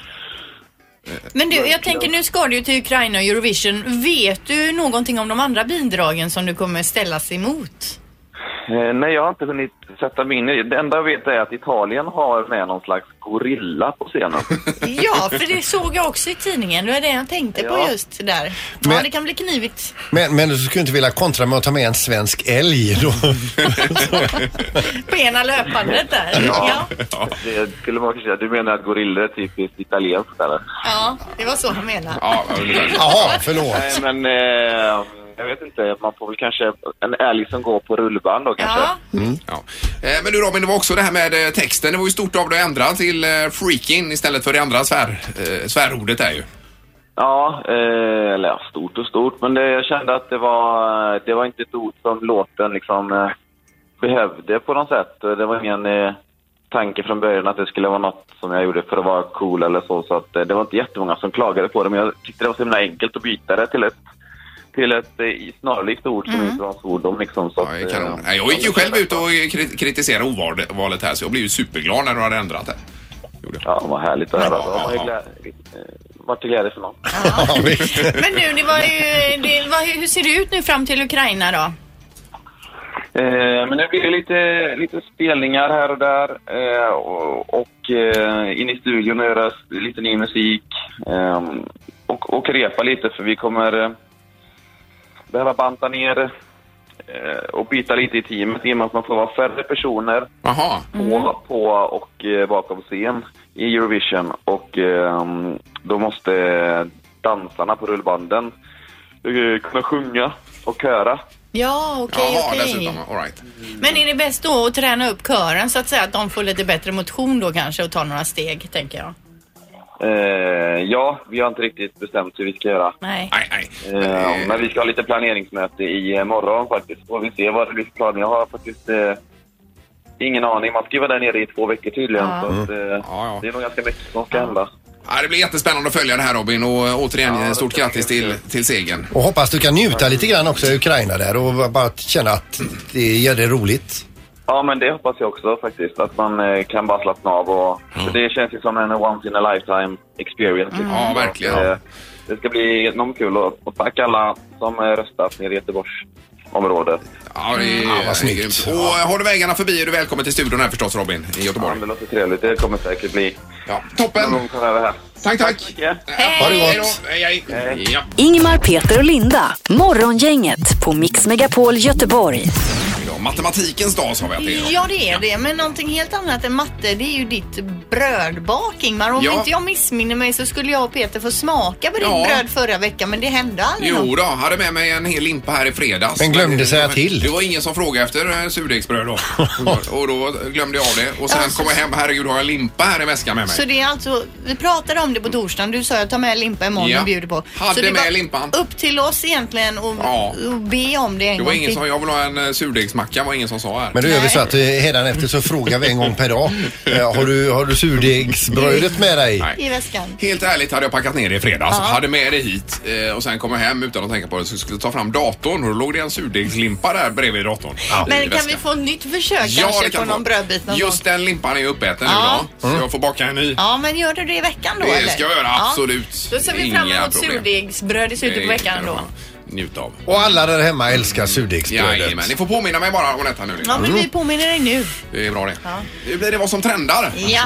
[SPEAKER 7] Men du, jag tänker nu ska du ju till Ukraina och Eurovision. Vet du någonting om de andra bidragen som du kommer ställas emot?
[SPEAKER 16] Eh, nej, jag har inte hunnit sätta mig in i det. Det enda jag vet är att Italien har med någon slags gorilla på scenen.
[SPEAKER 11] Ja, för det såg jag också i tidningen. Det var det jag tänkte på
[SPEAKER 16] Ja.
[SPEAKER 11] just där. Ja,
[SPEAKER 8] Men-
[SPEAKER 11] det kan bli knivigt.
[SPEAKER 8] Men, men du skulle inte vilja kontra med att ta med en svensk älg då?
[SPEAKER 11] På ena löpandet där. Ja.
[SPEAKER 16] Ja. Det skulle man kanske säga. Du menar att gorillor är typiskt italienskt, eller?
[SPEAKER 11] Ja, det var så han menade.
[SPEAKER 6] Ja,
[SPEAKER 8] Jaha, förlåt.
[SPEAKER 16] Nej, men eh, jag vet inte. Man får väl kanske en älg som går på rullband då kanske.
[SPEAKER 11] Ja.
[SPEAKER 6] Mm. Ja. Eh, Men du Robin, det var också det här med eh, texten. Det var ju stort av dig att ändra till eh, freaking istället för det andra svär, eh, svärordet där ju.
[SPEAKER 16] Ja, eh, eller ja, stort och stort. Men det, jag kände att det var, det var inte ett ord som låten liksom eh, behövde på något sätt. Det var ingen eh, tanke från början att det skulle vara något som jag gjorde för att vara cool eller så. Så att, eh, det var inte jättemånga som klagade på det. Men jag tyckte det var så himla enkelt att byta det till ett till ett eh, snarlikt ord som
[SPEAKER 11] Mm.
[SPEAKER 16] inte var svordom liksom. Så
[SPEAKER 6] Ja,
[SPEAKER 16] att,
[SPEAKER 6] kanon. Nej, jag gick ju själv ut och kri- kritiserade ovalet här så jag blev ju superglad när du hade ändrat det.
[SPEAKER 16] Ja, vad härligt att höra.
[SPEAKER 6] Ja,
[SPEAKER 16] Det var ju
[SPEAKER 6] ja.
[SPEAKER 16] glä- eh, Vart till glädje för någon.
[SPEAKER 11] Men nu, det var ju, det var, hur ser det ut nu fram till Ukraina då?
[SPEAKER 16] Eh, men det blir lite, lite spelningar här och där eh, och, och eh, in i studion och göra lite ny musik eh, och, och repa lite för vi kommer eh, behöva banta ner eh, och byta lite i teamet i och med att man får vara färre personer
[SPEAKER 6] Aha.
[SPEAKER 16] på, på och eh, bakom scen i Eurovision och eh, då måste dansarna på rullbanden eh, kunna sjunga och köra.
[SPEAKER 11] Ja, okej,
[SPEAKER 6] Jaha,
[SPEAKER 11] okej.
[SPEAKER 6] dessutom. All right.
[SPEAKER 11] Men är det bäst då att träna upp kören så att säga att de får lite bättre motion då kanske och ta några steg, tänker jag?
[SPEAKER 16] Eh, ja, vi har inte riktigt bestämt hur vi ska göra.
[SPEAKER 11] Nej.
[SPEAKER 6] Nej, nej.
[SPEAKER 16] Eh, men vi ska ha lite planeringsmöte i eh, morgon faktiskt. Och vi ser vad det blir för plan. Jag har faktiskt eh, ingen aning. Man ska ju vara där nere i två veckor tydligen.
[SPEAKER 11] Ja.
[SPEAKER 16] Så att, eh, det är nog ganska mycket som ska hända.
[SPEAKER 6] Ja, det blir jättespännande att följa det här Robin och återigen stort grattis till, till segern.
[SPEAKER 8] Och hoppas du kan njuta lite grann också i Ukraina där och bara känna att det gör det roligt.
[SPEAKER 16] Ja, men det hoppas jag också faktiskt. Att man eh, kan bara slappna av. Och, för det känns ju som en once in a lifetime experience.
[SPEAKER 6] Mm. Ja, verkligen.
[SPEAKER 16] Eh, det ska bli enormt kul. Och, och tack alla som eh, röstat nere i Göteborgsområdet.
[SPEAKER 6] Ja, det är,
[SPEAKER 16] Mm. Ja, vad snyggt.
[SPEAKER 6] det är grymt. Och har du vägarna förbi är du välkommen till studion här förstås Robin i Göteborg.
[SPEAKER 16] Ja, det låter trevligt. Det kommer säkert bli.
[SPEAKER 6] Ja, toppen.
[SPEAKER 16] Någon gång kommer jag över här.
[SPEAKER 6] Tack, tack.
[SPEAKER 11] Hej.
[SPEAKER 8] Ha det
[SPEAKER 6] Hej
[SPEAKER 8] gott.
[SPEAKER 6] då. Hej, hej. Ja.
[SPEAKER 4] Ingmar, Peter och Linda. Morgongänget på Mix Megapol Göteborg.
[SPEAKER 6] Ja, matematikens dag sa vi att det är.
[SPEAKER 11] Ja, det är det. Men någonting helt annat än matte, det är ju ditt brödbak, Ingmar. Om
[SPEAKER 6] Ja.
[SPEAKER 11] inte jag missminner mig så skulle jag och Peter få smaka på ditt
[SPEAKER 6] Ja.
[SPEAKER 11] bröd förra veckan, men det hände aldrig
[SPEAKER 6] Jo
[SPEAKER 11] något.
[SPEAKER 6] då, hade med mig en hel limpa här i fredags.
[SPEAKER 8] Men glömde
[SPEAKER 6] det-
[SPEAKER 8] säga till.
[SPEAKER 6] Det var ingen som frågade efter eh, surdegsbröd då. Och då glömde jag av det. Och sen
[SPEAKER 11] Alltså,
[SPEAKER 6] kom jag hem, herregud har jag limpa här i väskan med mig.
[SPEAKER 11] Så det är alltså, vi pratade om det på torsdagen. Du sa jag tar med limpa imorgon
[SPEAKER 6] Ja.
[SPEAKER 11] och bjuder på.
[SPEAKER 6] Hade
[SPEAKER 11] så det
[SPEAKER 6] med
[SPEAKER 11] var
[SPEAKER 6] limpan.
[SPEAKER 11] upp till oss egentligen och,
[SPEAKER 6] Ja.
[SPEAKER 11] och be om det en
[SPEAKER 6] Det
[SPEAKER 11] gång
[SPEAKER 6] var ingen
[SPEAKER 11] till.
[SPEAKER 6] som, jag vill ha en eh, surdegsmacka var ingen som sa här.
[SPEAKER 8] Men då gör vi så att eh, hädanefter så frågar vi en gång per dag. Eh, har, du, har du surdegsbrödet med dig?
[SPEAKER 6] Nej.
[SPEAKER 11] I väskan.
[SPEAKER 6] Helt ärligt hade jag packat ner det i fredags,
[SPEAKER 11] Ja.
[SPEAKER 6] hade med det hit eh, och sen kom jag hem utan att tänka på det så skulle jag ta fram datorn och då låg det en surdegslimpa där bredvid datorn. I
[SPEAKER 11] Men kan
[SPEAKER 6] väskan.
[SPEAKER 11] vi få ett nytt försök
[SPEAKER 6] Ja,
[SPEAKER 11] kanske
[SPEAKER 6] det kan
[SPEAKER 11] på någon
[SPEAKER 6] få.
[SPEAKER 11] brödbit någon
[SPEAKER 6] Just
[SPEAKER 11] gång?
[SPEAKER 6] den limpan är ju uppäten
[SPEAKER 11] Ja.
[SPEAKER 6] nu då, så jag får baka en ny.
[SPEAKER 11] Ja, men gör du det i veckan då
[SPEAKER 6] Det
[SPEAKER 11] eller?
[SPEAKER 6] ska jag göra,
[SPEAKER 11] Ja.
[SPEAKER 6] absolut.
[SPEAKER 11] Då ser vi
[SPEAKER 6] Inga
[SPEAKER 11] fram emot
[SPEAKER 6] problem.
[SPEAKER 11] surdegsbröd i slutet på
[SPEAKER 6] Det
[SPEAKER 11] veckan
[SPEAKER 6] kan
[SPEAKER 11] då.
[SPEAKER 6] jag njuta av.
[SPEAKER 8] Och alla där hemma älskar surdegsbrödet.
[SPEAKER 6] Jajamän, ni får påminna mig bara om detta nu.
[SPEAKER 11] Ja, men vi påminner dig nu.
[SPEAKER 6] Det är bra det.
[SPEAKER 11] Ja.
[SPEAKER 6] Nu blir det vad som trendar.
[SPEAKER 11] Ja.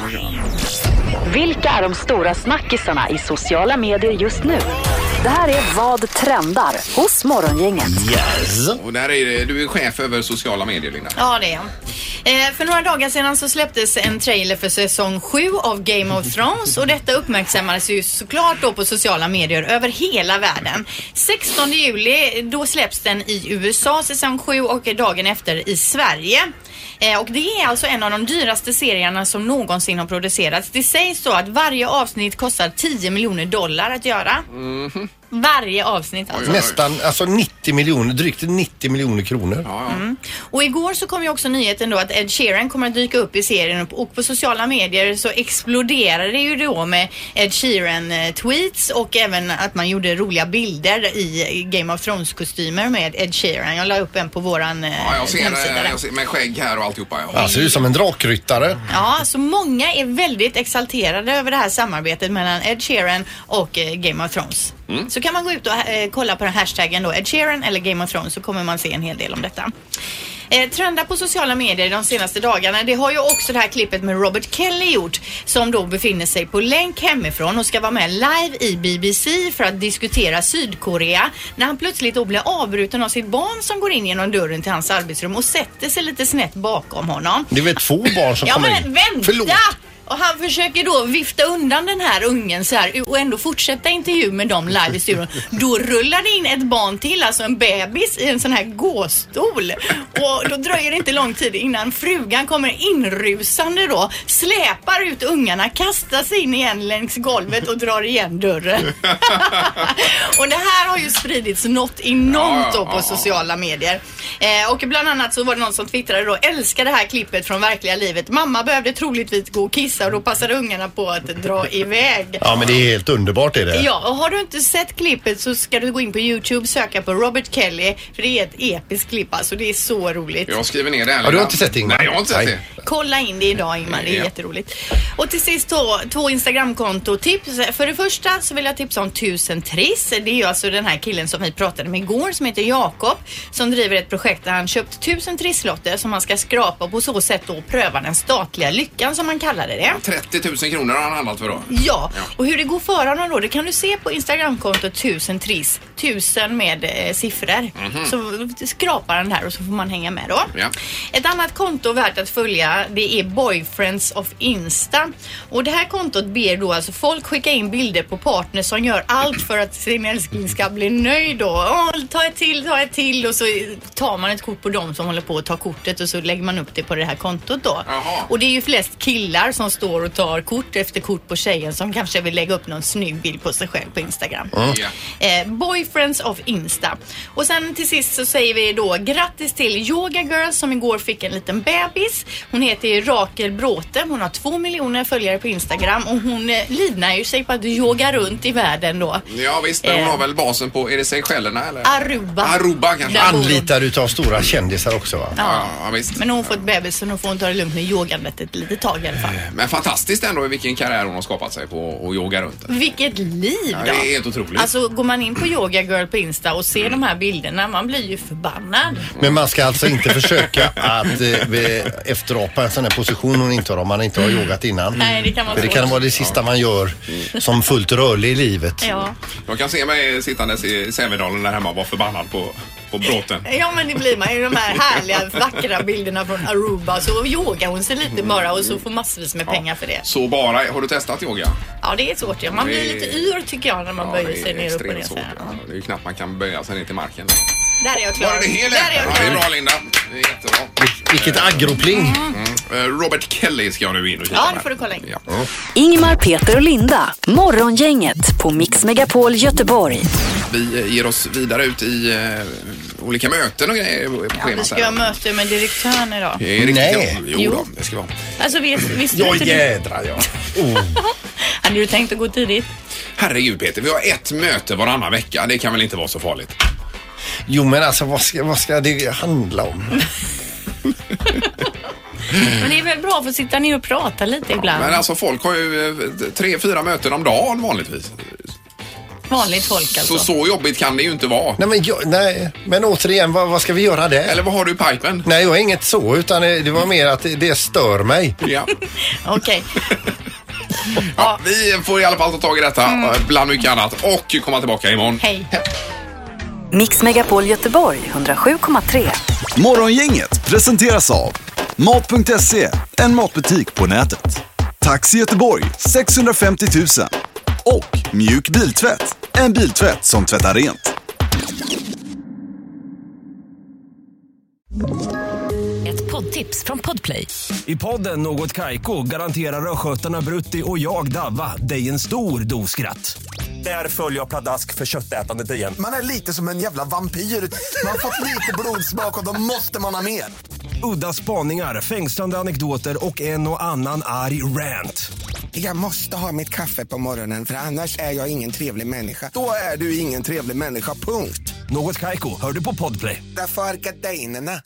[SPEAKER 4] Vilka är de stora snackisarna i sociala medier just nu? Det här är Vad trendar hos Morgongänget.
[SPEAKER 8] Yes.
[SPEAKER 6] Och där är det, du är chef över sociala medier, Linda.
[SPEAKER 11] Ja, det är jag. Eh, för några dagar sedan så släpptes en trailer för säsong sju av Game of Thrones och detta uppmärksammades ju såklart då på sociala medier över hela världen. sextonde juli, då släpps den i U S A säsong sju och dagen efter i Sverige. Eh, och det är alltså en av de dyraste serierna som någonsin har producerats. Det sägs så att varje avsnitt kostar tio miljoner dollar att göra.
[SPEAKER 6] Mhm.
[SPEAKER 11] Varje avsnitt alltså.
[SPEAKER 8] Nästan, alltså nittio miljoner, drygt nittio miljoner kronor.
[SPEAKER 6] Ja, ja.
[SPEAKER 11] Mm. Och igår så kom ju också nyheten då att Ed Sheeran kommer att dyka upp i serien och på sociala medier så exploderar det ju då med Ed Sheeran eh, tweets och även att man gjorde roliga bilder i Game of Thrones kostymer med Ed Sheeran. Jag la upp en på våran eh,
[SPEAKER 6] Ja, jag ser,
[SPEAKER 11] hemsida
[SPEAKER 6] eh,
[SPEAKER 11] där.
[SPEAKER 6] jag ser med skägg här och alltihopa. Ja.
[SPEAKER 8] Han ser ut som en drakryttare.
[SPEAKER 11] Ja, så många är väldigt exalterade över det här samarbetet mellan Ed Sheeran och eh, Game of Thrones.
[SPEAKER 6] Mm.
[SPEAKER 11] Så kan man gå ut och eh, kolla på den hashtaggen då, Ed Sheeran eller Game of Thrones, så kommer man se en hel del om detta. Eh, trenda på sociala medier de senaste dagarna. Det har ju också det här klippet med Robert Kelly gjort, som då befinner sig på länk hemifrån och ska vara med live i B B C för att diskutera Sydkorea, när han plötsligt då blir avbruten av sitt barn som går in genom dörren till hans arbetsrum och sätter sig lite snett bakom honom.
[SPEAKER 8] Det är väl två barn som
[SPEAKER 11] ja,
[SPEAKER 8] kommer
[SPEAKER 11] men,
[SPEAKER 8] in?
[SPEAKER 11] Vänta!
[SPEAKER 8] Förlåt.
[SPEAKER 11] Och han försöker då vifta undan den här ungen så här och ändå fortsätta intervju med dem live i studion. Då rullar det in ett barn till, alltså en bebis i en sån här gåstol. Och då dröjer det inte lång tid innan frugan kommer inrusande då, släpar ut ungarna, kastar sig in igen längs golvet och drar igen dörren. Och det här har ju spridits något enormt då på sociala medier. Eh, och bland annat så var det någon som twittrade då, älskar det här klippet från verkliga livet. Mamma behövde troligtvis gå och kissa och då passade ungarna på att dra iväg.
[SPEAKER 8] Ja, men det är helt underbart är det.
[SPEAKER 11] Ja, och har du inte sett klippet så ska du gå in på YouTube, söka på Robert Kelly, för det är ett episkt klipp, alltså det är så roligt.
[SPEAKER 6] Jag skriver ner det här.
[SPEAKER 8] Har du inte sett det, Ingmar?
[SPEAKER 6] Nej, jag har inte sett det.
[SPEAKER 11] Kolla in det idag, Ingmar, det är
[SPEAKER 6] Ja.
[SPEAKER 11] jätteroligt. Och till sist då, två Instagramkonto-tips. För det första så vill jag tipsa om Tusen Triss. Det är ju alltså den här killen som vi pratade med igår som heter Jakob, som driver ett projekt där han köpt tusen trisslotter som man ska skrapa och på så sätt då pröva den statliga lyckan som man kallar det.
[SPEAKER 6] trettio tusen kronor har han handlat för då.
[SPEAKER 11] Ja, och hur det går för honom då, det kan du se på Instagramkontot Tusen Triss. Tusen med eh, siffror.
[SPEAKER 6] Mhm.
[SPEAKER 11] Så skrapar han där och så får man hänga med då.
[SPEAKER 6] Ja.
[SPEAKER 11] Ett annat konto värt att följa, det är Boyfriends of Insta. Och det här kontot ber då alltså folk skicka in bilder på partner som gör allt för att sin älskling ska bli nöjd då. Åh, ta ett till, ta ett till, och så tar man ett kort på dem som håller på att ta kortet och så lägger man upp det på det här kontot då.
[SPEAKER 6] Jaha.
[SPEAKER 11] Och det är ju flest killar som står och tar kort efter kort på tjejen som kanske vill lägga upp någon snygg bild på sig själv på Instagram.
[SPEAKER 6] Mm.
[SPEAKER 11] Eh, Boyfriends of Insta. Och sen till sist så säger vi då grattis till Yoga Girl som igår fick en liten bebis. Hon heter ju Rakel Bråte. Hon har två miljoner följare på Instagram och hon eh, livnär ju sig på att yoga runt i världen då.
[SPEAKER 6] Ja visst, men hon
[SPEAKER 11] Eh.
[SPEAKER 6] har väl basen på, är det Seychellerna eller?
[SPEAKER 11] Aruba.
[SPEAKER 6] Aruba kanske.
[SPEAKER 11] Där bor hon.
[SPEAKER 8] Anlitar utav stora kändisar också, va?
[SPEAKER 11] Ja.
[SPEAKER 6] Ja, visst.
[SPEAKER 11] Men hon har fått bebis så hon får ta det lugnt med yogandet ett litet tag i alla fall.
[SPEAKER 6] Men fantastiskt ändå vilken karriär hon har skapat sig på och yoga runt.
[SPEAKER 11] Vilket liv
[SPEAKER 6] Ja,
[SPEAKER 11] då.
[SPEAKER 6] det är helt otroligt.
[SPEAKER 11] Alltså går man in på Yoga Girl på Insta och ser de här bilderna, man blir ju förbannad.
[SPEAKER 8] Men man ska alltså inte försöka att eh, efterapa en sån här position hon inte har om man inte har yogat innan.
[SPEAKER 11] Nej, det kan vara
[SPEAKER 8] För det
[SPEAKER 11] svårt.
[SPEAKER 8] kan vara det sista man gör som fullt rörlig i livet.
[SPEAKER 11] Ja.
[SPEAKER 6] Jag kan se mig sittandes i Sävedalen där hemma och vara förbannad på, på bråten.
[SPEAKER 11] Ja, men det blir man ju, de här härliga vackra bilderna från Aruba. Så yogar hon sig lite bara och så får massvis med pengar för det.
[SPEAKER 6] Så bara, har du testat yoga?
[SPEAKER 11] Ja, det är svårt. Ja. Man blir lite yr tycker jag när man böjer sig ner upp och ner. Så här.
[SPEAKER 6] Ja, det är ju knappt man kan böja sig ner till marken.
[SPEAKER 11] Där är jag klar.
[SPEAKER 6] Var det hela?
[SPEAKER 11] Där är jag
[SPEAKER 6] Ja,
[SPEAKER 11] klar.
[SPEAKER 6] det är bra Linda. Det är jättebra.
[SPEAKER 8] Vilket agropling.
[SPEAKER 6] Mm. Uh, Robert Kelly ska jag nu in och kika
[SPEAKER 11] Ja,
[SPEAKER 6] med.
[SPEAKER 11] det får du kolla in.
[SPEAKER 6] Ja.
[SPEAKER 4] Ingmar, Peter och Linda. Morgongänget på Mix Megapol Göteborg.
[SPEAKER 6] Vi eh, ger oss vidare ut i uh, olika möten och grejer på
[SPEAKER 11] Ja, vi
[SPEAKER 6] schemat
[SPEAKER 11] ska
[SPEAKER 6] här.
[SPEAKER 11] ha möte med direktören idag.
[SPEAKER 6] Det är riktigt,
[SPEAKER 8] Nej.
[SPEAKER 6] ja. Jo,
[SPEAKER 11] Jo.
[SPEAKER 6] Då, det ska vara.
[SPEAKER 11] Alltså, visst, visst
[SPEAKER 8] Ja,
[SPEAKER 11] inte du?
[SPEAKER 8] jädrar ja. Oh.
[SPEAKER 11] Hade du tänkt att gå tidigt?
[SPEAKER 6] Herregud Peter, vi har ett möte varannan vecka. Det kan väl inte vara så farligt?
[SPEAKER 8] Jo, men alltså vad ska, vad ska det handla om?
[SPEAKER 11] Men det är väl bra för att sitta ner och prata lite ibland.
[SPEAKER 6] Men alltså folk har ju eh, tre, fyra möten om dagen vanligtvis.
[SPEAKER 11] Vanligt folk alltså.
[SPEAKER 6] Så så jobbigt kan det ju inte vara.
[SPEAKER 8] Nej, men, jag, nej, men återigen, vad, vad ska vi göra där?
[SPEAKER 6] Eller vad har du i pipen?
[SPEAKER 8] Nej, jag har inget så, utan det, det var mer att det, det stör mig.
[SPEAKER 6] Ja.
[SPEAKER 11] Okej.
[SPEAKER 6] Ja, vi får i alla fall ta tag i detta
[SPEAKER 11] Mm.
[SPEAKER 6] bland mycket annat och komma tillbaka imorgon.
[SPEAKER 11] Hej.
[SPEAKER 4] Mix Megapol Göteborg hundrasju komma tre.
[SPEAKER 5] Morgongänget presenteras av Mat punkt se, en matbutik på nätet. Taxi Göteborg sexhundrafemtio tusen. Och Mjuk Biltvätt, en biltvätt som tvättar rent.
[SPEAKER 17] Ett poddtips från Podplay.
[SPEAKER 15] I podden Något Kaiko garanterar östgötarna Brutti och jag Davva dig en stor dos skratt. Där följer jag pladask för köttätandet igen.
[SPEAKER 18] Man är lite som en jävla vampyr. Man har fått lite blodsmak och då måste man ha mer.
[SPEAKER 15] Udda spaningar, fängslande anekdoter och en och annan arg rant.
[SPEAKER 18] Jag måste ha mitt kaffe på morgonen för annars är jag ingen trevlig människa. Då är du ingen trevlig människa, punkt.
[SPEAKER 15] Något Kaiko, hör du på Podplay.
[SPEAKER 18] Därför är gardinerna.